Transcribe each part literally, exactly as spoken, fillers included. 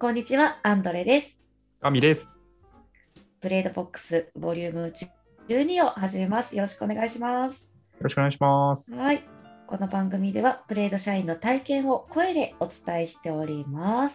こんにちは、アンドレです。 アミです。 ブレードボックスボリュームじゅうにを始めます。よろしくお願いします。 よろしくお願いします。 はい。この番組ではブレード社員の体験を声でお伝えしております。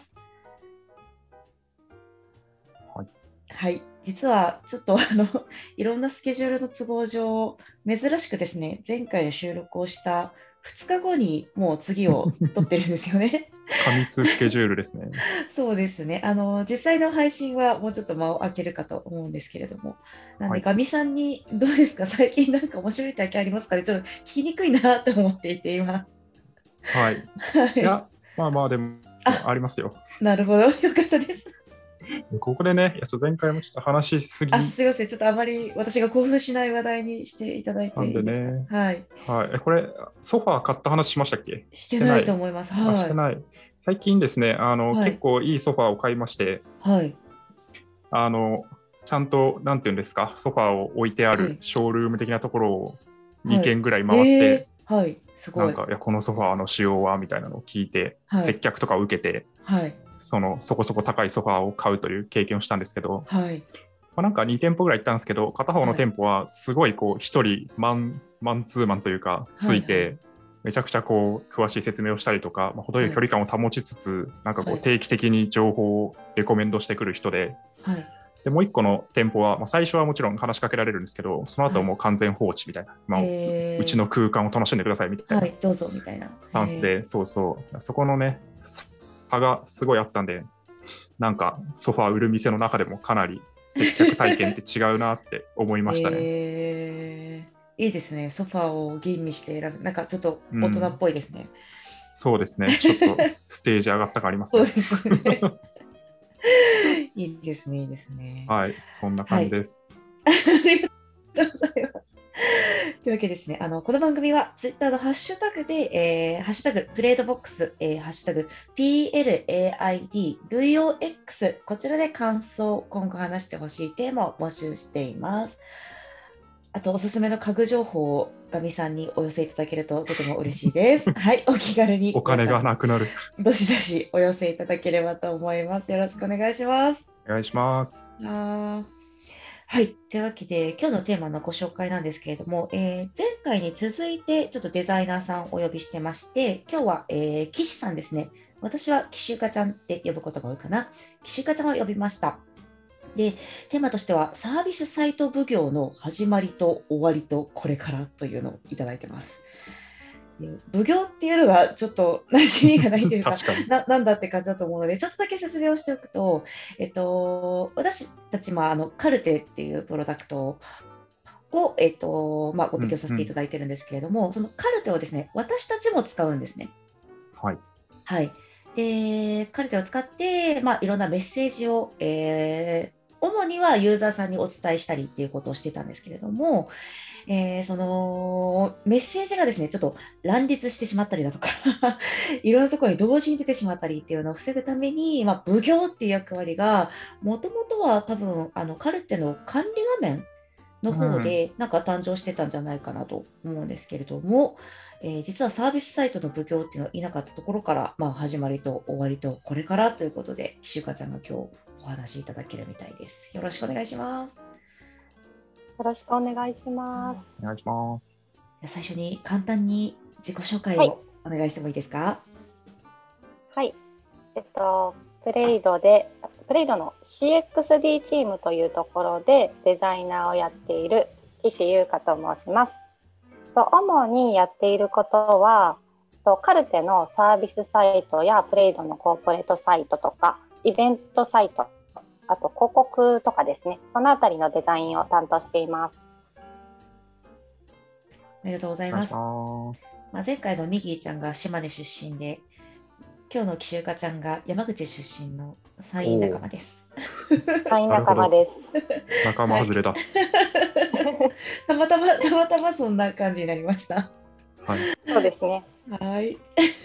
はい。 はい。実はちょっとあのいろんなスケジュールの都合上、珍しくですね、前回で収録をしたふつかごにもう次を撮ってるんですよね。 過密スケジュールですね。 そうですね。あの、実際の配信はもうちょっと間を空けるかと思うんですけれども。なんで、 はい。 ガミさんにどうですか、最近なんか面白い体験ありますかね、ちょっと聞きにくいなと思っていて、今。 はい。いはい。 や、まあまあ、でも、 あ、 ありますよ。 なるほど。よかったです。 ここでね、いやそう前回もちょっと話しすあ、 ぎすいません。ちょっとあまり私が興奮しない話題にしていただいなんでていいですか。 ね。 はい。 はい。え、これ、ソファー買った話しましたっけ？ してないとしてない。 思います。 あ、しはい。 てない。最近ですね、あの、結はい。 構いいソファーを買いまして、 はい。 あの、ちゃんと、なんていうんですか、ソファーを置いてあはい。 るショールーム的なところを2 はい。 軒ぐらい回って、 えー、はい。すごい。 なんか、いや、このソファーの仕様はみたいなのを聞いて、 はい。 接客とかを受けて、 はい。 そのそこそこ高いソファーを買うという経験をしたんですけど、 はい。 まあ、なんかに店舗ぐらい行ったんですけど、片方のはい。 店舗はすごいこうひとりマンマンツーマンというかつはい。はい。 いて、めちゃくちゃこう詳しい説明をしたりとか、まあ、程よいはい。 距離感を保ちつつ、なんかこはい。 う定期的に情報をレコメンドしてくる人で、 はい。 でもう一個の店舗は、まあ、最初はもちろん話しかけられるんですけど、その後ははい。 もう完全放置みたいな、まあ、ううちえの空間を楽しんでくださいみたいなー、はい、どうぞみたいな。 スタンスえで、そうそう、そこのね、差がすごいあったんで、なんかソファー売る店の中でもかなり接客体験って違うなって思いー、 ましたね。 えー、いいですね。ソファーを吟味して選ぶ。なんかちょっと大人っうん。 ぽいですね。 そうですね。ちょっとステージ上がった感ありますね。 そうですね。いいですね、いいですね。 はい。そんなはい。 感じです。 ありがとうございます。というわけですね、あのこの番組はツイッターのハッシュタグで、えーハッシュタグプレードボックス、えーハッシュタグ ピーエルエーアイディーブイオーエックス、こちらで感想、今後話してほしいテーマを募集しています。あと、おすすめの家具情報をガミさんにお寄せいただけるととても嬉しいです。はい、お気軽にお金皆さん、 がなくなる。 どしどしお寄せいただければと思います。よろしくお願いします。 お願いします。 あーはい。というわけで、今日のテーマのご紹介なんですけれども、えー前回に続いて、ちょっとデザイナーさんをお呼びしてまして、今日は、えー、岸さんですね。私は岸ゆかちゃんって呼ぶことが多いかな。岸ゆかちゃんを呼びました。で、テーマとしては、サービスサイト奉行の始まりと終わりとこれからというのをいただいてます。奉行っていうのがちょっと馴染みがないというか、 確かに。 な、なんだって感じだと思うので、ちょっとだけ説明をしておくと、えっと、私たち、まあ、あのカルテっていうプロダクトを、えっとまあ、ご提供させていたうんうん。 だいてるんですけれども、そのカルテをですね、私たちも使うんですね。 はい。 はい。で、カルテを使って、まあ、いろんなメッセージを、えー主にはユーザーさんにお伝えしたりっていうことをしてたんですけれども、えーそのメッセージがですね、ちょっと乱立してしまったりだとかいろんなところに同時に出てしまったりっていうのを防ぐために、まあ、奉行っていう役割が、もともとは多分、あのカルテの管理画面のうん。 方でなんか誕生してたんじゃないかなと思うんですけれども、えー実はサービスサイトの奉行っていうのはいなかったところから、まあ、始まりと終わりとこれからということで、ひしゅうかちゃんが今日お話しいただけるみたいです。よろしくお願いします。 よろしくお願いします。 お願いします。 最初に簡単に自己紹介はい。 をお願いしてもいいですか？ はい。えっと、プレイドで、プレイドの シーエックスディー チームというところでデザイナーをやっている岸優香と申します。と主にやっていることは、とカルテのサービスサイトやプレイドのコーポレートサイトとか、イベントサイト、あと広告とかですね、そのあたりのデザインを担当しています。 ありがとうございお願いします。 ます。 まあ、前回のミギーちゃんが島根出身で、今日の岸優香ちゃんが山口出身の山陰仲おお、 間です。 サインなるほど。 仲間です。 仲間はい。 外れだ。 たまたま、たまたまそんな感じになりました。 はい。 そうですね。 はい。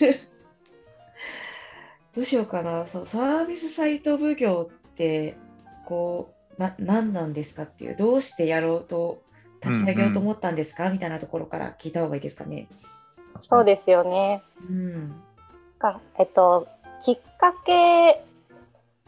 どうしようかな。そう、サービスサイト奉行って、こう、な、何なんですかっていう、どうしてやろうと、 うんう立ち上げようと思ん。 ったんですかみたいなところから聞いた方がいいですかね。 確かに。 そうですよね。 うん。 かえっと、きっかけ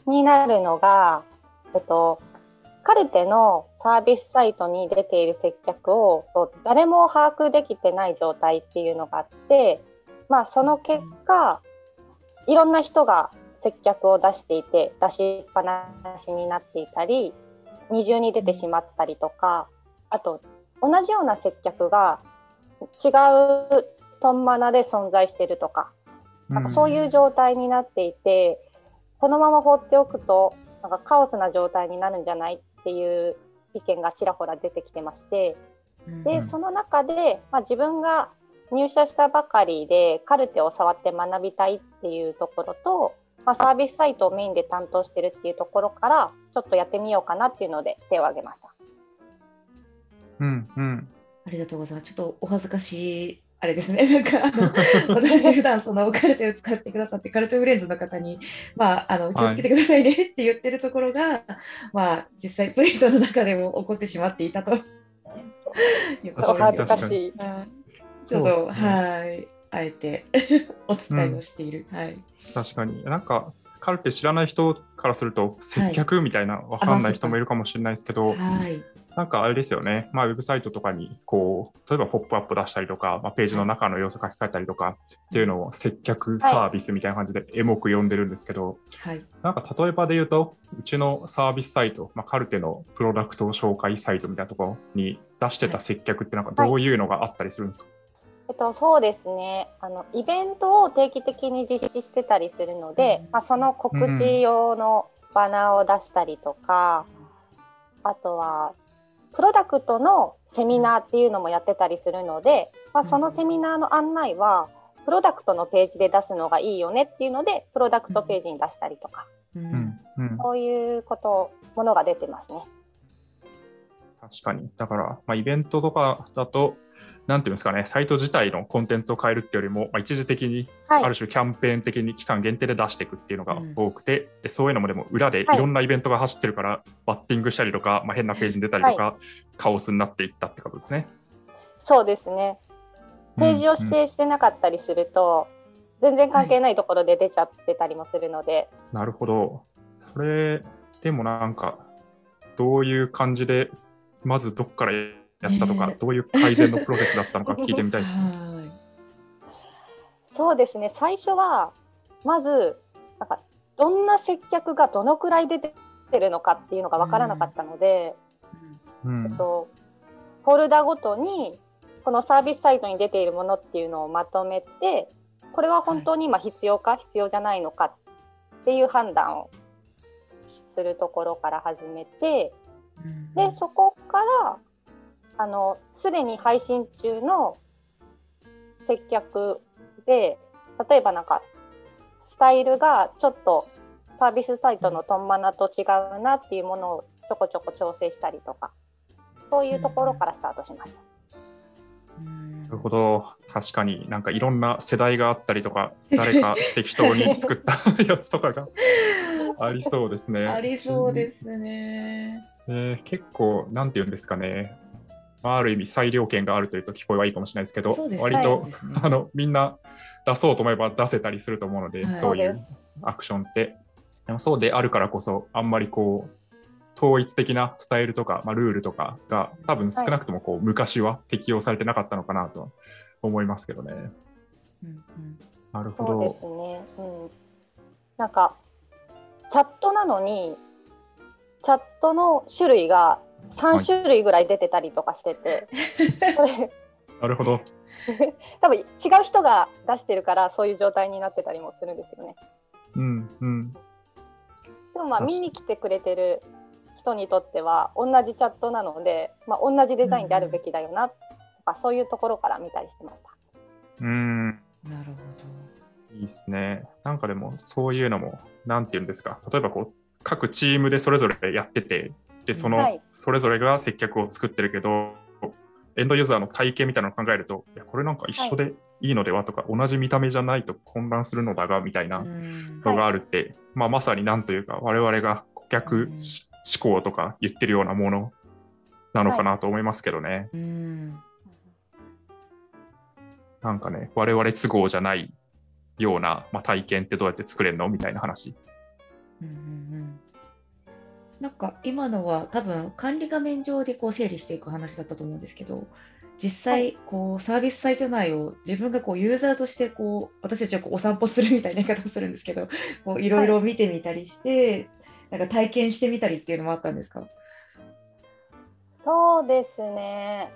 になるのが、えっと、カルテのサービスサイトに出ている接客を誰も把握できてない状態っていうのがあって、まあ、その結果いろんな人が接客を出していて出しっぱなしになっていたり二重に出てしまったりとか、あと同じような接客が違うトンマナで存在しているとか、なんかそういう状態になっていて、このまま放っておくとなんかカオスな状態になるんじゃないっていう意見がちらほら出てきてまして、でその中で、まあ、自分が入社したばかりでカルテを触って学びたいっていうところと、まあ、サービスサイトをメインで担当してるっていうところからちょっとやってみようかなっていうので手を挙げました。 うんうん、 ありがとうございます。ちょっとお恥ずかしいあれですね。なんかあの私普段そのカルテを使ってくださってカルテフレンズの方に、まあ、あの気をつけてくださいねって言ってるところが、はい、まあ、実際プリントの中でも起こってしまっていたということお恥ずかしい。 ちょっと、ね、はいあえてお伝えをしている、うん、はい、 確かになんかカルテ知らない人からすると接客みたいな分かんない人もいるかもしれないですけど、はい、なんかあれですよね、まあ、ウェブサイトとかにこう例えばポップアップ出したりとか、まあ、ページの中の様子書き換えたりとかっていうのを接客サービスみたいな感じでエモく呼んでるんですけど、はい、なんか例えばで言うとうちのサービスサイト、まあ、カルテのプロダクト紹介サイトみたいなところに出してた接客ってなんかどういうのがあったりするんですか？ はいはい、えっと、そうですね、あのイベントを定期的に実施してたりするので、うんまあ、その告知用のバナーを出したりとか、うん、あとはプロダクトのセミナーっていうのもやってたりするので、まあ、そのセミナーの案内はプロダクトのページで出すのがいいよねっていうのでプロダクトページに出したりとか、うんうん、そういうことものが出てますね。 確かにだから、まあ、イベントとかだとなんていうんですかね、サイト自体のコンテンツを変えるっていうよりも、まあ、一時的にある種キャンペーン的に期間限定で出していくっていうのが多くて、うん、そういうのもでも裏でいろんなイベントが走ってるから、はい、バッティングしたりとか、まあ、変なページに出たりとか、はい、カオスになっていったってことですね。 そうですね。ページを指定してなかったりすると、うんうん、全然関係ないところで出ちゃってたりもするので、はい、 なるほど。それでもなんかどういう感じでまずどっからやったとか、えー、どういう改善のプロセスだったのか聞いてみたいですね。 そうですね、最初はまずなんかどんな接客がどのくらい出てるのかっていうのが分からなかったので、うんえっと、フォルダごとにこのサービスサイトに出ているものっていうのをまとめて、これは本当に今必要か、はい、必要じゃないのかっていう判断をするところから始めて、うん、でそこからあのすでに配信中の接客で、例えばなんかスタイルがちょっとサービスサイトのトンマナと違うなっていうものをちょこちょこ調整したりとか、そういうところからスタートしました。 なるほど、確かになんかいろんな世代があったりとか、誰か適当に作ったやつとかがありそうですね。 ありそうですね。 えー、結構なんていうんですかね、ある意味裁量権があるというと聞こえはいいかもしれないですけど、割と、ね、あのみんな出そうと思えば出せたりすると思うので、はい、そういうアクションってでもそうであるからこそあんまりこう統一的なスタイルとか、まあ、ルールとかが多分少なくともこう、はい、昔は適用されてなかったのかなと思いますけどね。うんうん、なるほど。 そうですね、うん、なんかチャットなのにチャットの種類がさん種類ぐらい出てたりとかしてて、はい、それなるほど多分違う人が出してるからそういう状態になってたりもするんですよね。 うんうん、 でもまあ見に来てくれてる人にとっては同じチャットなので、まあ、同じデザインであるべきだよなとか、うん、そういうところから見たりしてました。 うーん、 なるほど。いいですね。なんかでもそういうのもなんていうんですか、例えばこう各チームでそれぞれやってて、でその、はい、それぞれが接客を作ってるけど、エンドユーザーの体験みたいなのを考えると、いやこれなんか一緒でいいのではとか、はい、同じ見た目じゃないと混乱するのだがみたいなのがあるって、はい、まあ、まさになんというか我々が顧客思考とか言ってるようなものなのかなと思いますけどね。はい、うんなんかね、我々都合じゃないような、まあ、体験ってどうやって作れるのみたいな話。 うんうんうんなんか今のは多分管理画面上でこう整理していく話だったと思うんですけど、実はい。 際こうサービスサイト内を自分がこうユーザーとしてこう私たちはこうお散歩するみたいな言い方をするんですけど、こういろはい。 いろ見てみたりして、なんか体験してみたりっていうのもあったんですか？ そうですね。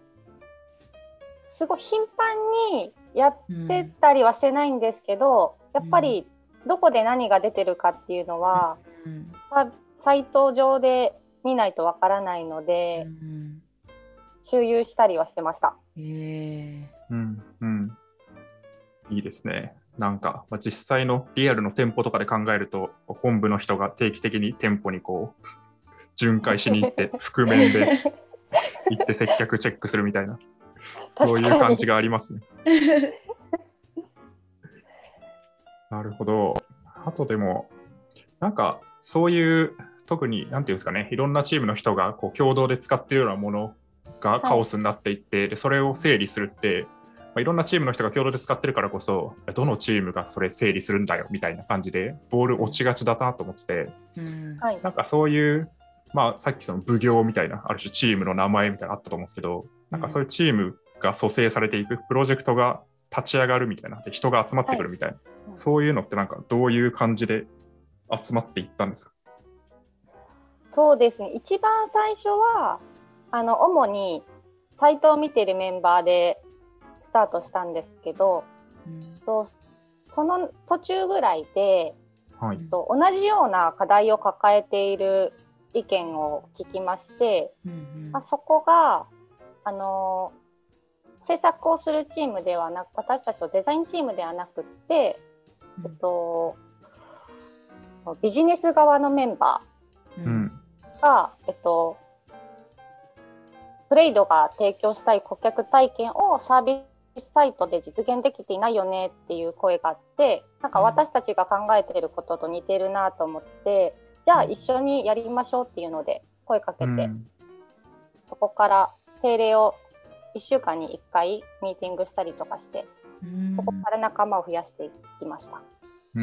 すごい頻繁にやってうん、 たりはしてないんですけど、やうん、 っぱりどこで何が出てるかっていうのは、 うん、 ササイト上で見ないとわからないのうで、 ん、 周遊したりはしてました。 えー、 うんうん、いいですね。なんか、まあ、実際のリアルの店舗とかで考えると、本部の人が定期的に店舗にこう巡回しに行って、覆面で行って接客チェックするみたいな、そういう感じ確かに。 がありますね。なるほど。あとでも、なんかそういう特に何ていうんですかね、いろんなチームの人がこう共同で使っているようなものがカはい。 オスになっていって、でそれを整理するって、まあ、いろんなチームの人が共同で使ってるからこそ、どのチームがそれ整理するんだよみたいな感じでボール落ちがちだなと思ってて、 うん、 はい。 なんかそういう、まあ、さっきその奉行みたいなある種チームの名前みたいなのあったと思うんですけど、なんかそういうチームが蘇生されていく、プロジェクトが立ち上がるみたいな、で人が集まっはい。 てくるみたいな、 うん、 そういうのってなんかどういう感じで集まっていったんですか？ そうですね。一番最初は、あの、主にサイトを見ているメンバーでスタートしたんですけど、 うん、 とその途中ぐらいで、 はい。 と同じような課題を抱えている意見を聞きまして、 うん、 まあ、そこが、あの制作をするチームではなく、私たちのデザインチームではなくって、えっと、ビジネス側のメンバうん、うん、 うん。 ーが、えっと、プレイドが提供したい顧客体験をサービスサイトで実現できていないよねっていう声があって、なんか私たちが考えていることと似てるなと思って、じゃあ一緒にやりましょうっていうので声かけて、 うん。 そこから定例をいっしゅうかんにいっかいミーティングしたりとかして、 うそこん、 から仲間を増やしていきました。 うん。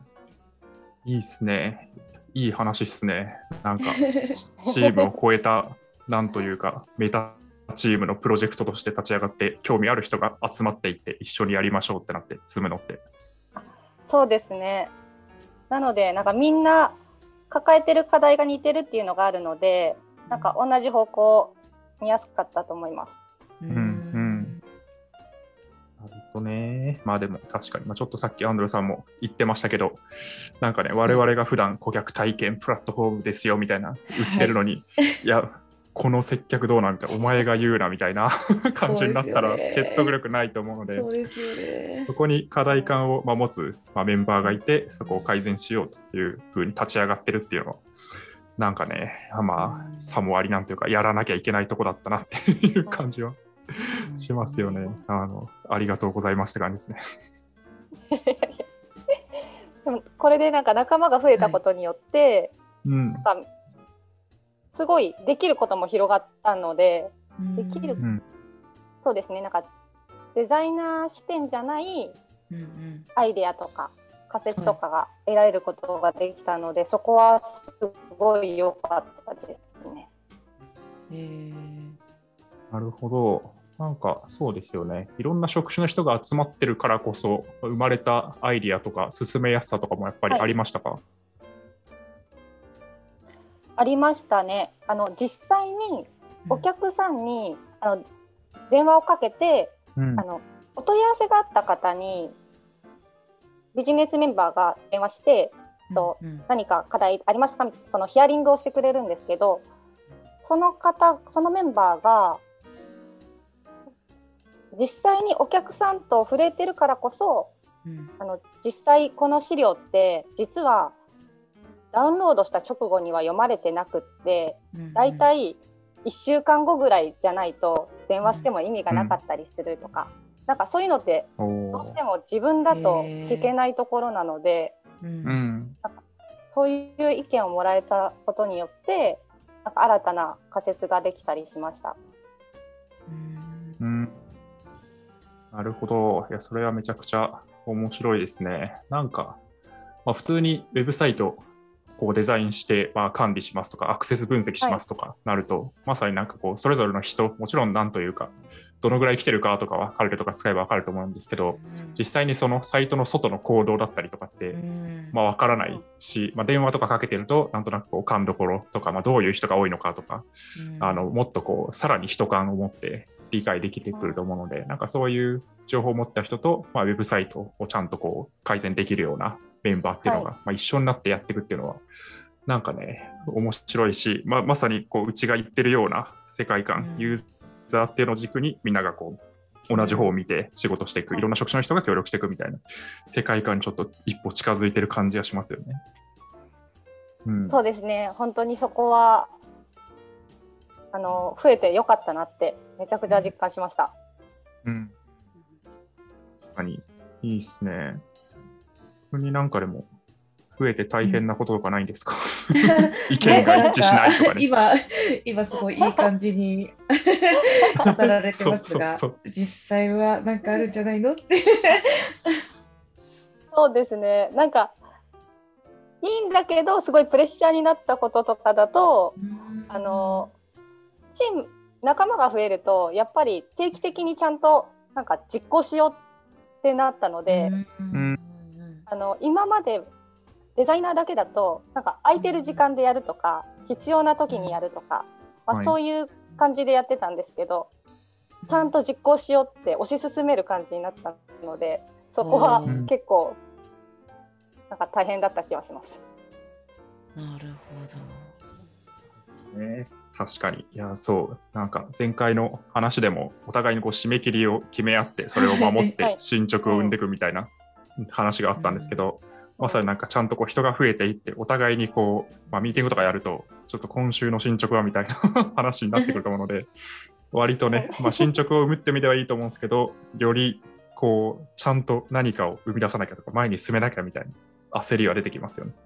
いいっすね。いい話っすね。なんか、チームを超えた、なんというか、メタチームのプロジェクトとして立ち上がって、興味ある人が集まっていって、一緒にやりましょうってなって進むのって。 そうですね。なので、なんかみんな抱えてる課題が似てるっていうのがあるので、なんか同じ方向見やすかったと思います。 ううん、うん。 ん、 なるほどね。まあでも確かに、まあ、ちょっとさっきアンドレさんも言ってましたけど、なんかね、我はい、 々が普段顧客体験プラットフォームですよみたいな売っはい、 てるのに、いや、この接客どうなんみたいな、お前が言うなみたいな感じにそうですよなったら説得ね。 力ないと思うので、 そうですよね。 そこに課題感を持つ、まあ、メンバーがいて、そこをうん、 改善しようというふうに立ち上がってるっていうのは、なんかね、 うまあ、 ん、 さもありなんというか、やらなきゃいけないとこだったなっていううん、 感じはそうでしすね。 ますよね。あの、ありがとうございますって感じですね。 でもこれでなんか仲間が増えはい。 たことによって、 うん。 なんかすごいできることも広がったので、 うできる、 うん。 そうですね、なんかデザイナー視点じゃないうん、うん、 アイデアとか仮説はい。 とかが得られることができたので、そこはすごい良かったですね。 えー、 なるほど。なんかそうですよね。いろんな職種の人が集まってるからこそ生まれたアイディアとか進めやすさとかもやっぱりはい、 ありましたか？ ありましたね。あの実際にお客さんにあの電話をかけて、 うん。 あのお問い合わせがあった方にビジネスメンバーが電話して、 うん、 とうん、 何か課題ありますか、そのヒアリングをしてくれるんですけど、その方、そのメンバーが実際にお客さんと触れてるからこそ、 うん、 あの実際この資料って実はダウンロードした直後には読まれてなくって、 うん、 だいたいいっしゅうかんごぐらいじゃないと電話しても意味がうん。 なかったりするとか、なんかそういうのっておどうしー。 ても自分だと聞けえないところなので、 ー、ううん、 ん。 なんかそういう意見をもらえたことによって、なんか新たな仮説ができたりしました。 うん、 うん。なるほど。いや、それはめちゃくちゃ面白いですね。なんか、まあ、普通にウェブサイトこうデザインして、まあ、管理しますとかアクセス分析しますとかなると、はい、まさになんかこうそれぞれの人、もちろんなんというかどのぐらい来てるかとかはカルテとか使えば分かると思うんですけど、うん、実際にそのサイトの外の行動だったりとかって、うん、まあ、分からないし、まあ、電話とかかけてるとなんとなくこう勘どころとか、まあ、どういう人が多いのかとか、うん、あのもっとこうさらに人感を持って理解できてくると思うので、なんかそういう情報を持った人と、まあ、ウェブサイトをちゃんとこう改善できるようなメンバーっていうのが、はい、まあ、一緒になってやっていくっていうのはなんかね面白いし、まあ、まさにこううちが言ってるような世界観、うん、ユーザーっていうのを軸にみんながこう同じ方を見て仕事していく、うん、いろんな職種の人が協力していくみたいな世界観にちょっと一歩近づいてる感じがしますよね。 うん、そうですね、本当にそこはあの増えてよかったなってめちゃくちゃ実感しました。 うん、確かにいいですね。本当になんかでも増えて大変なこととかないんですか？うん、意見が一致しないとかね。 今、今すごいいい感じに語られてますが、そうそうそう、実際は何かあるんじゃないのって。 そうですね、なんかいいんだけどすごいプレッシャーになったこととかだと、あのチーム仲間が増えるとやっぱり定期的にちゃんとなんか実行しようってなったので、あの今までデザイナーだけだとなんか空いてる時間でやるとか必要な時にやるとか、まあ、そういう感じでやってたんですけど、はい、ちゃんと実行しようって推し進める感じになったので、そこは結構なんか大変だった気がします。 なるほど、 ね、確かに。いや、そうなんか前回の話でもお互いにこう締め切りを決め合ってそれを守って進捗を生んでいくみたいな話があったんですけど、はい、うん、まさになんかちゃんとこう人が増えていってお互いにこう、まあ、ミーティングとかやるとちょっと今週の進捗はみたいな話になってくると思うので割とね、まあ、進捗を生むってみてはいいと思うんですけど、よりこうちゃんと何かを生み出さなきゃとか前に進めなきゃみたいな焦りは出てきますよね。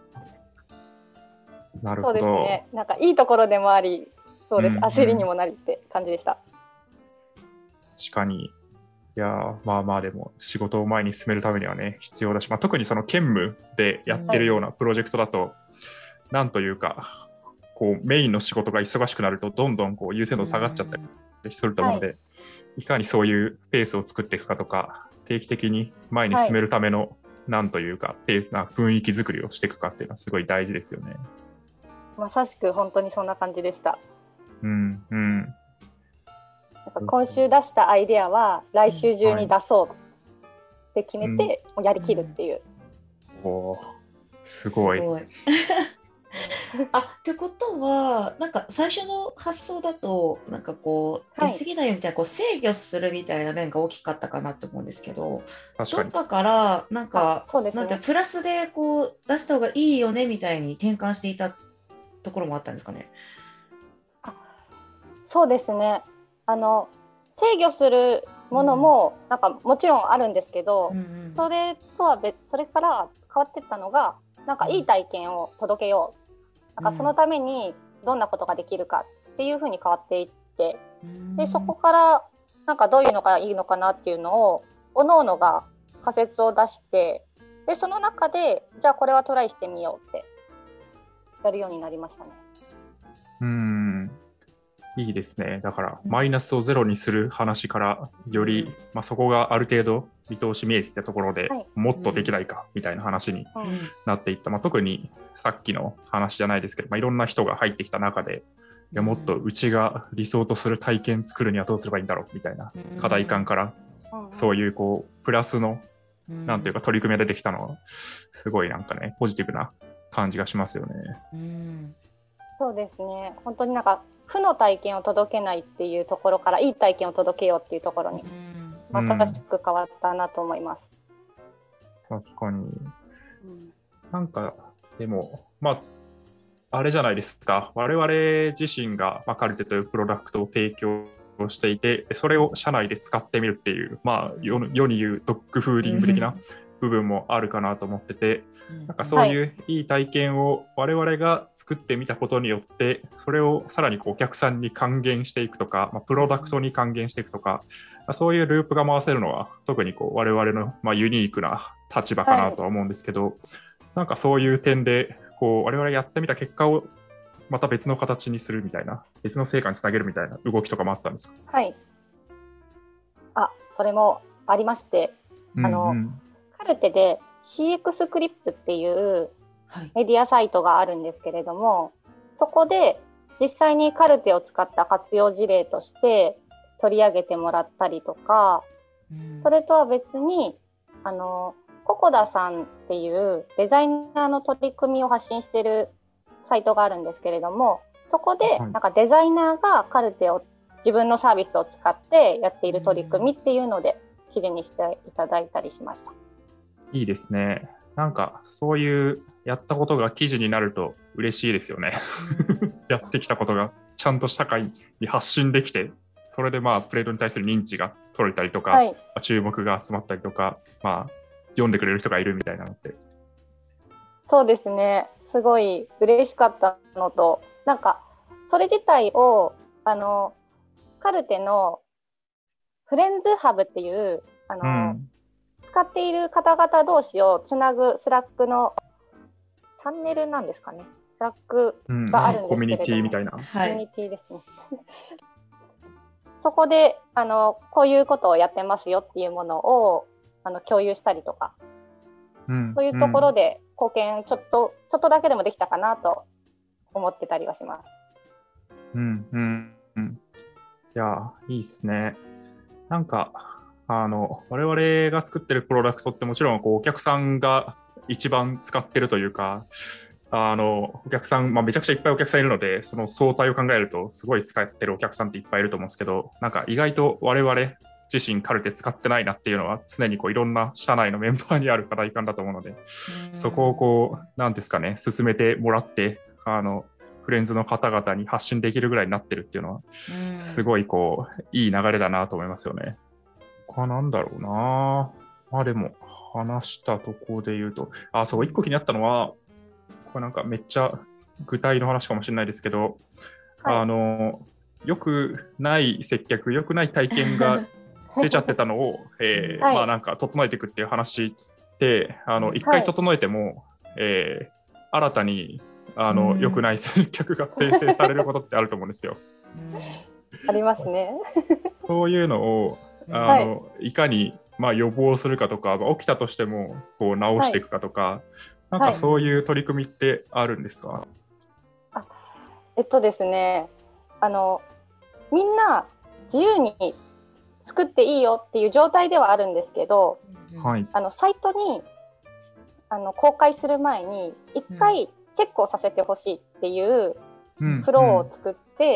なるほど。 そうですね、なんかいいところでもあり、そうです、うんうん、焦りにもなりって感じでした。 確かに。いやまあまあでも仕事を前に進めるためにはね必要だし、まあ、特にその兼務でやってるようなプロジェクトだと、はい、なんというかこうメインの仕事が忙しくなるとどんどんこう優先度下がっちゃったりすると思うので、はい、いかにそういうペースを作っていくかとか定期的に前に進めるための、はい、なんというかペースな雰囲気作りをしていくかっていうのはすごい大事ですよね。 まさしく本当にそんな感じでした。 うんうん。 なんか今週出したアイデアは来週中に出そうって決めて、はい、やりきるっていう。 うん、おー、すごい。すごいあ、ってことはなんか最初の発想だとなんかこう、はい、出過ぎないよみたいなこう制御するみたいな面が大きかったかなと思うんですけど、どっかからなんか、ね、なんてプラスでこう出した方がいいよねみたいに転換していたところもあったんですかね。 あ、そうですね、あの制御するものもなんかもちろんあるんですけど、うんうん、それとは別、それから変わっていったのがなんかいい体験を届けよう、なんかそのためにどんなことができるかっていう風に変わっていって、うん、でそこからなんかどういうのがいいのかなっていうのを各々が仮説を出して、でその中でじゃあこれはトライしてみようってやるようになりましたね。 うーん、いいですね。だからマイナスをゼロにする話からより、うん、まあ、そこがある程度見通し見えてきたところで、はい、もっとできないかみたいな話になっていった、うん、まあ、特にさっきの話じゃないですけど、まあ、いろんな人が入ってきた中で、いやもっとうちが理想とする体験作るにはどうすればいいんだろうみたいな課題感から、うん、そういうこうプラスの、うん、なんていうか取り組みが出てきたのはすごいなんかねポジティブな感じがしますよね。 うん、そうですね、本当になんか負の体験を届けないっていうところからいい体験を届けようっていうところにまさしく変わったなと思います。 うん、確かに、うん、なんかでもまああれじゃないですか、我々自身が、まあ、カルテというプロダクトを提供していて、それを社内で使ってみるっていう、まあ、世, 世に言うドッグフーディング的な部分もあるかなと思ってて、なんかそういういい体験を我々が作ってみたことによって、それをさらにこうお客さんに還元していくとか、まあ、プロダクトに還元していくとか、そういうループが回せるのは特にこう我々のまあユニークな立場かなとは思うんですけど、はい、なんかそういう点でこう我々やってみた結果をまた別の形にするみたいな、別の成果につなげるみたいな動きとかもあったんですか？ はい。あ、それもありまして、あの、うんうん、カルテで シーエックス クリップっていうメディアサイトがあるんですけれども、はい、そこで実際にカルテを使った活用事例として取り上げてもらったりとか、うん、それとは別にあのココダさんっていうデザイナーの取り組みを発信しているサイトがあるんですけれども、そこでなんかデザイナーがカルテを自分のサービスを使ってやっている取り組みっていうので記事にしていただいたりしました。 いいですね。なんかそういうやったことが記事になると嬉しいですよね。やってきたことがちゃんと社会に発信できて、それでまあプレートに対する認知が取れたりとか、はい、注目が集まったりとか、まあ読んでくれる人がいるみたいなのって。 そうですね。すごい嬉しかったのと、なんかそれ自体をあのカルテのフレンズハブっていうあの、うん、使っている方々同士をつなぐスラックのチャンネルなんですかね。スラックがあるんですけれども、うん、 コミュニティみたいな。 コミュニティですね。そこであのこういうことをやってますよっていうものをあの共有したりとか、うん、そういうところで貢献ちょっとちょっとだけでもできたかなと思ってたりはします。 うんうんうん。いやいいですね。なんかあの我々が作ってるプロダクトってもちろんこうお客さんが一番使ってるというか、あのお客さん、まあ、めちゃくちゃいっぱいお客さんいるので、その相対を考えるとすごい使ってるお客さんっていっぱいいると思うんですけど、なんか意外と我々自身カルテ使ってないなっていうのは常にこういろんな社内のメンバーにある課題感だと思うので、そこをこうなんですかね、進めてもらってあのフレンズの方々に発信できるぐらいになってるっていうのはすごいこういい流れだなと思いますよね。他なんだろうな。まあでも話したところで言うと、あ、そう、一個気になったのは、これなんかめっちゃ具体の話かもしれないですけど、はい、あの良くない接客、良くない体験が出ちゃってたのを、えーはい、まあなんか整えていくっていう話で、あの一回整えても、はい、えー、新たにあの良くない接客が生成されることってあると思うんですよ。 ありますね。 そういうのをあの、はい、いかにまあ予防するかとか、まあ、起きたとしてもこう直していくかとか、はい、なんかそういう取り組みってあるんですか？はい、 あえっとですね、あのみんな自由に作っていいよっていう状態ではあるんですけど、はい、あのサイトにあの公開する前に一回チェックをさせてほしいっていうフローを作って、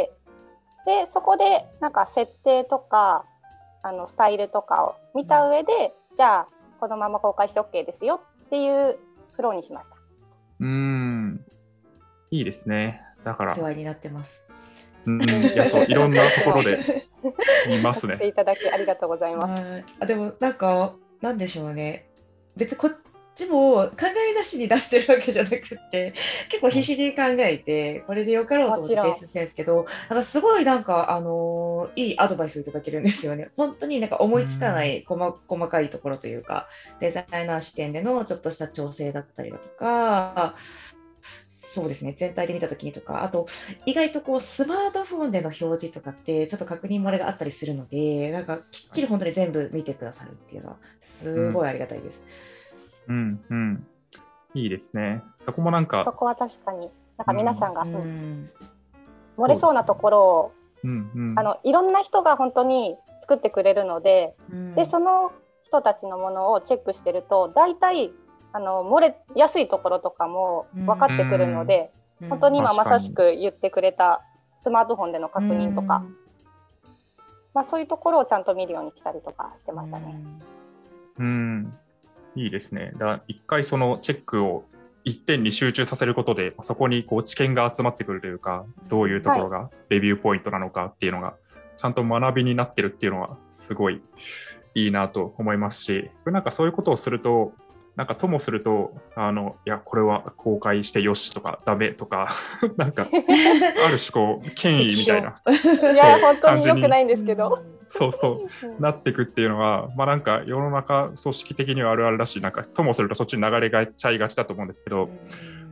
うんうん、でそこでなんか設定とかあのスタイルとかを見た上で、じゃあこのまま公開して OK ですよっていうフローにしました。 うーん、いいですね。だからお世話になってます。 うん、いや、そう、いろんなところで見ますね。 いただきありがとうございます。 あ、でもなんかなんでしょうね。別にこっちも考えなしに出してるわけじゃなくって結構必死に考えてこれでよかろうと思って提出してるんですけど、なんかすごいなんかあのー、いいアドバイスをいただけるんですよね。本当になんか思いつかない細細かいところというか、デザイナー視点でのちょっとした調整だったりだとか、そうですね、全体で見たときにとか、あと意外とこうスマートフォンでの表示とかってちょっと確認漏れがあったりするので、なんかきっちり本当に全部見てくださるっていうのはすごいありがたいです。 うんうん、いいですね。そこもなんかそこは確かになんか皆さんが、うんうん、漏れそうなところを、うんうん、あのいろんな人が本当に作ってくれるので、うん、でその人たちのものをチェックしてると大体あの漏れやすいところとかも分かってくるので、うん、本当に今まさしく言ってくれたスマートフォンでの確認とか、うん、まあ、そういうところをちゃんと見るようにしたりとかしてましたね。 うん、うんいいですね。だ一回そのチェックを一点に集中させることで、そこにこう知見が集まってくるというか、どういうところがレビューポイントなのかっていうのが、ちゃんと学びになってるっていうのはすごいいいなと思いますし、なんかそういうことをすると、なんかともすると、あのいやこれは公開してよしとかダメとかなんかある種こう権威みたいな、 いや本当に良くないんですけど、 そうそうなっていくっていうのは、まあなんか世の中組織的にはあるあるらしい、なんかともするとそっちに流れがちゃいがちだと思うんですけど、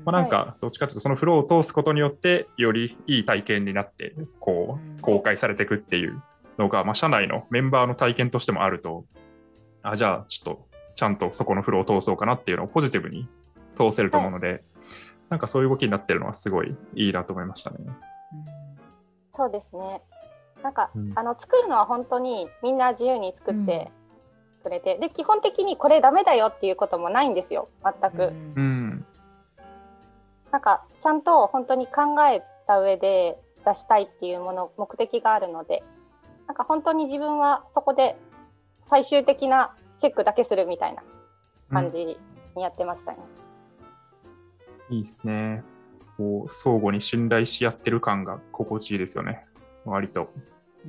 まあ、なんかどっちかというとそのフローを通すことによってよりいい体験になってこう公開されていくっていうのが、まあ、社内のメンバーの体験としてもあると、あじゃあちょっとちゃんとそこのフローを通そうかなっていうのをポジティブに通せると思うので、はい、なんかそういう動きになってるのはすごいいいなと思いましたね。うん、 そうですね。なんか、うん、あの作るのは本当にみんな自由に作ってくれて、うん、で基本的にこれダメだよっていうこともないんですよ、全く。うん、なんかちゃんと本当に考えた上で出したいっていうもの目的があるので、なんか本当に自分はそこで最終的なチェックだけするみたいな感じにやってましたね。 うん、いいですね。こう相互に信頼し合ってる感が心地いいですよね、割と。うん、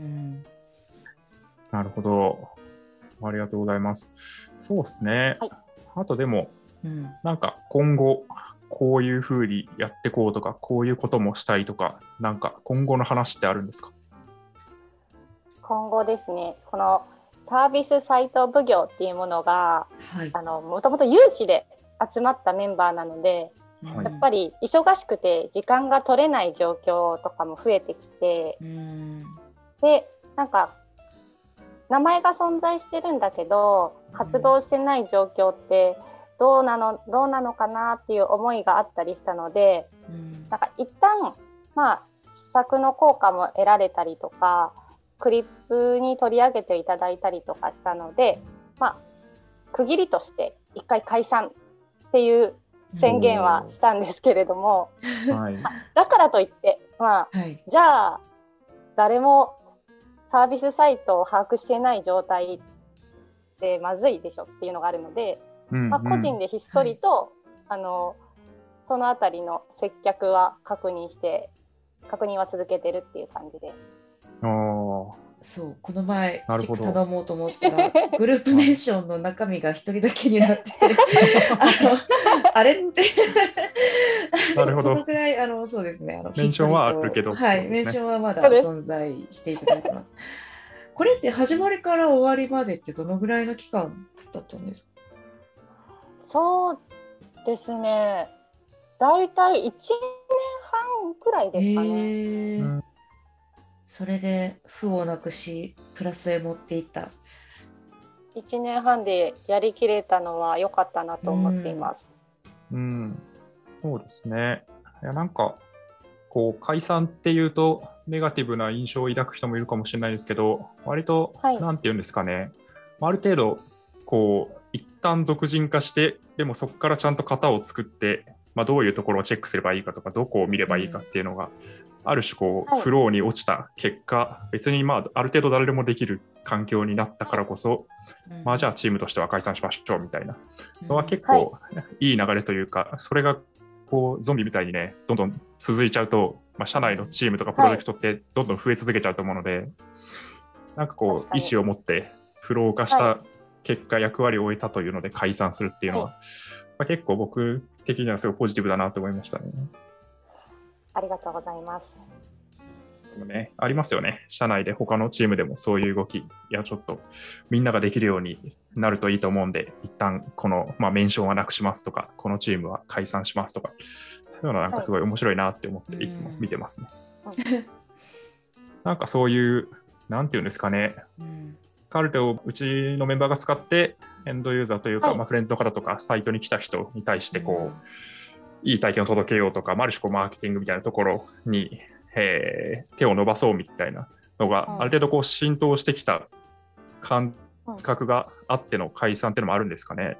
なるほど。ありがとうございます。そうですね。はい、あとでも、うん、なんか今後こういうふうにやってこうとか、こういうこともしたいとか、なんか今後の話ってあるんですか？ 今後ですね、このサービスサイト奉行っていうものが、はい、あのもともと有志で集まったメンバーなので、はい、やっぱり忙しくて時間が取れない状況とかも増えてきて、うん、でなんか名前が存在してるんだけど活動してない状況ってどうなのどうなのかなっていう思いがあったりしたので、うん、なんか一旦まあ施策の効果も得られたりとか、クリップに取り上げていただいたりとかしたので、まあ区切りとして一回解散っていう宣言はしたんですけれども、はい、だからといって、まあはい、じゃあ誰もサービスサイトを把握していない状態でまずいでしょっていうのがあるので、うんうんまあ、個人でひっそりと、はい、あのそのあたりの接客は確認して確認は続けてるっていう感じで。 あそうこの前チェック頼もうと思ったらグループメンションの中身が一人だけになっててあのあれってなるほどそのぐらいあのそうですねあのメンションはあるけど、 はい、メンションはまだ存在していただいてます。これって始まりから終わりまでってどのぐらいの期間だったんですか？ そうですね、だいたいいちねんはんくらいですかね。 えー、それで負をなくしプラスへ持っていった。 いちねんはんでやりきれたのは良かったなと思っています。 うん、うん、そうですね。いやなんかこう解散っていうとネガティブな印象を抱く人もいるかもしれないですけど、割と、はい、なんていうんですかね、ある程度こう一旦俗人化して、でもそこからちゃんと型を作って、まあ、どういうところをチェックすればいいかとか、どこを見ればいいかっていうのが、うん、ある種こう、はい、フローに落ちた結果、別にまあある程度誰でもできる環境になったからこそ、うん、まあじゃあチームとしては解散しましょうみたいなのは結構いい流れというか、それがこうゾンビみたいにねどんどん続いちゃうと、まあ、社内のチームとかプロジェクトってどんどん増え続けちゃうと思うので、はい、なんかこう意思を持ってフロー化した結果、はい、役割を終えたというので解散するっていうのは、はい、まあ、結構僕的にはすごいポジティブだなと思いましたね。 ありがとうございます。 でもね、ありますよね、社内で他のチームでもそういう動き、いやちょっとみんなができるようになるといいと思うんで、一旦この、まあ、メンションはなくしますとか、このチームは解散しますとか、そういうのはなんかすごい面白いなって思っていつも見てますね。はい、なんかそういう、なんていうんですかね、うん、カルテをうちのメンバーが使ってエンドユーザーというか、はい、まあ、フレンズの方とかサイトに来た人に対してこう、うん、いい体験を届けようとか、ある種こうマーケティングみたいなところにえー、手を伸ばそうみたいなのがある程度こう浸透してきた感覚があっての解散っていうのもあるんですかね。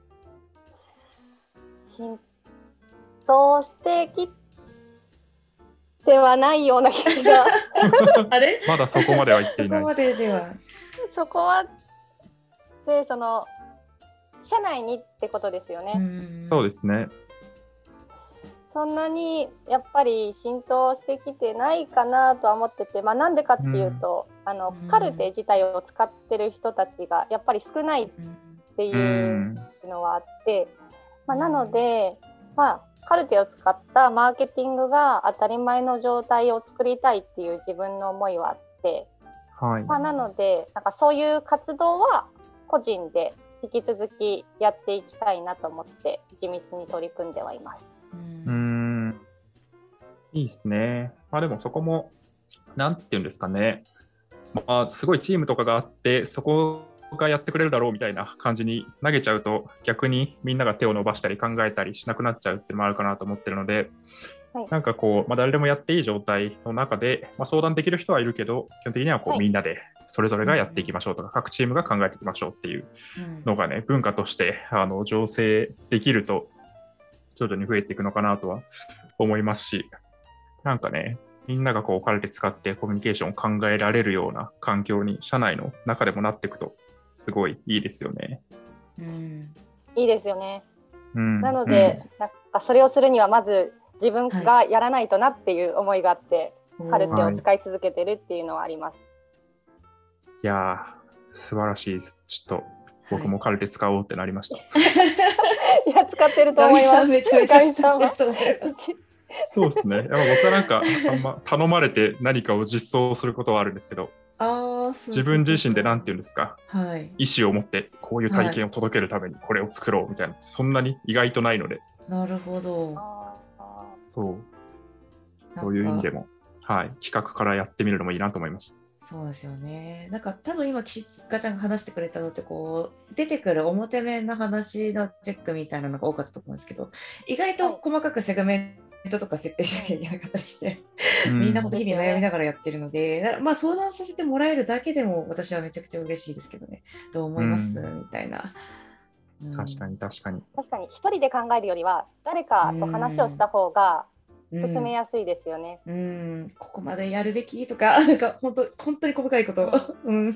浸透してきてはないような気があれまだそこまでは言っていない。 そこまでではそこはでその社内にってことですよね。 うんそうですね。 そんなにやっぱり浸透してきてないかなとは思ってて、まあ、なんでかっていうと、うん、あのカルテ自体を使ってる人たちがやっぱり少ないっていうのはあって、まあ、なので、まあ、カルテを使ったマーケティングが当たり前の状態を作りたいっていう自分の思いはあって、はい、まあ、なのでなんかそういう活動は個人で引き続きやっていきたいなと思って地道に取り組んではいます。 うーん、いいですね。まあでもそこも、なんていうんですかね。まあ、すごいチームとかがあって、そこがやってくれるだろうみたいな感じに投げちゃうと、逆にみんなが手を伸ばしたり考えたりしなくなっちゃうっていうのもあるかなと思ってるので、 はい、 なんかこう、まあ、誰でもやっていい状態の中で、まあ、相談できる人はいるけど、基本的にはこう、 はい、 みんなでそれぞれがやっていきましょうとか、各チームが考えていきましょうっていうのがね、文化としてあの醸成できると、徐々に増えていくのかなとは思いますし、なんかね、みんながこうカルテ使ってコミュニケーションを考えられるような環境に社内の中でもなっていくとすごいいいですよね。 うん、 いいですよね。 うん、 なので、うん、なんかそれをするにはまず自分がやらないとなっていう思いがあって、はい、カルテを使い続けてるっていうのはあります。 はい、いやー、素晴らしいです。ちょっと僕もカルテ使おうってなりました。はい、いや、使ってると思います。 ガミさんめちゃめちゃ使ってると思います。 そうですね。やっぱ僕はなんかあんま頼まれて何かを実装することはあるんですけど、 あ自分自身で何て言うんですか、 はい、 意思を持ってこういう体験を届けるためにこれを作ろうみたいな、はい、そんなに意外とないので。 なるほど。 そう。そういう意味でも、はい、企画からやってみるのもいいなと思いました。 そうですよね。なんか多分今岸ガちゃんが話してくれたのってこう出てくる表面の話のチェックみたいなのが多かったと思うんですけど、意外と細かくセグメントとか設定しなきゃいけなかったりして、うん、みんな本当日々悩みながらやってるので、まあ相談させてもらえるだけでも私はめちゃくちゃ嬉しいですけどね。どう思います、うん、みたいな。 うん、確かに確かに。 確かに一人で考えるよりは誰かと話をした方が進めやすいですよね。 うん、うん、ここまでやるべきとか、なんか本当本当に細かいこと。うん、うん、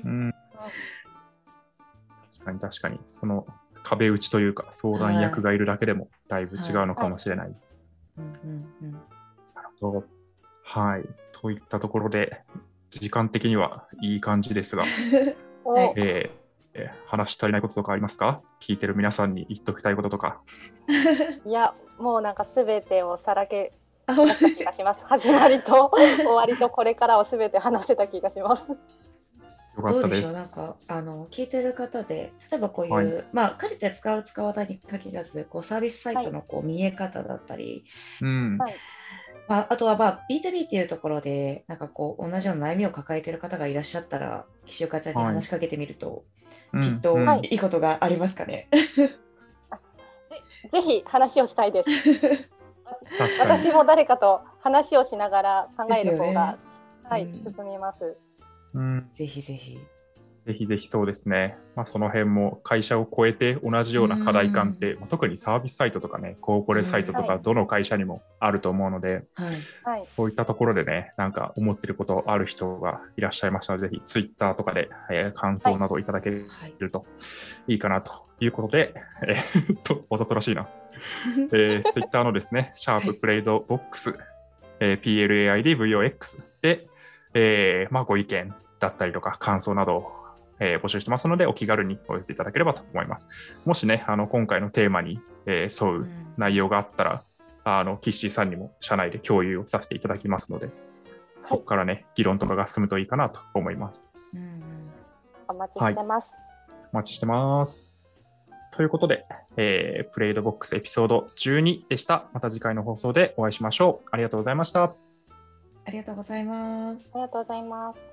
確かに確かに、その壁打ちというか相談役がいるだけでもだいぶ違うのかもしれない。なるほど。はい。といったところで、時間的にはいい感じですが、はいえー、話し足りないこととかありますか？聞いてる皆さんに言っときたいこととか。 いや、もうなんかすべてをさらけ出した気がします。始まりと終わりとこれからをすべて話せた気がします。 よかったです。 どうでしょう、なんかあの聞いてる方で、例えばこういう、はい、まあカルテ使う使わないに限らず、こうサービスサイトのこう、はい、見え方だったり、 うんはいまあ、あとは、まあ、ビーツービー っていうところで、なんかこう同じような悩みを抱えている方がいらっしゃったら、岸岡ちゃんに話しかけてみると、はい、きっといいことがありますかね。 うんうん、ぜ, ぜひ話をしたいです。私も誰かと話をしながら考える方が、ねはい、うん、進みます。 うん、 ぜひぜひ。 ぜひぜひそうですね。まあ、その辺も会社を超えて同じような課題感って、まあ、特にサービスサイトとかね、コーポレサイトとかどの会社にもあると思うので、はい、そういったところでね、なんか思ってることある人がいらっしゃいましたので、ぜひツイッターとかで、えー、感想などいただけるといいかなということで、はい、えー、っと、わざとらしいな。えー、ツイッターのですね、シャーププレイドボックス、えー、ピーエルエーアイディーブイオーエックス で、えーまあ、ご意見だったりとか感想などをえー、募集してますので、お気軽にお寄せいただければと思います。もしね、あの今回のテーマに、えー、沿う内容があったら、うん、あのキッシーさんにも社内で共有をさせていただきますので、はい、そこからね、議論とかが進むといいかなと思います。 うん、お待ちしてます、はい。 お待ちしてます。ということで、えー、プレイドボックスエピソードじゅうにでした。また次回の放送でお会いしましょう。ありがとうございました。 ありがとうございます。 ありがとうございます。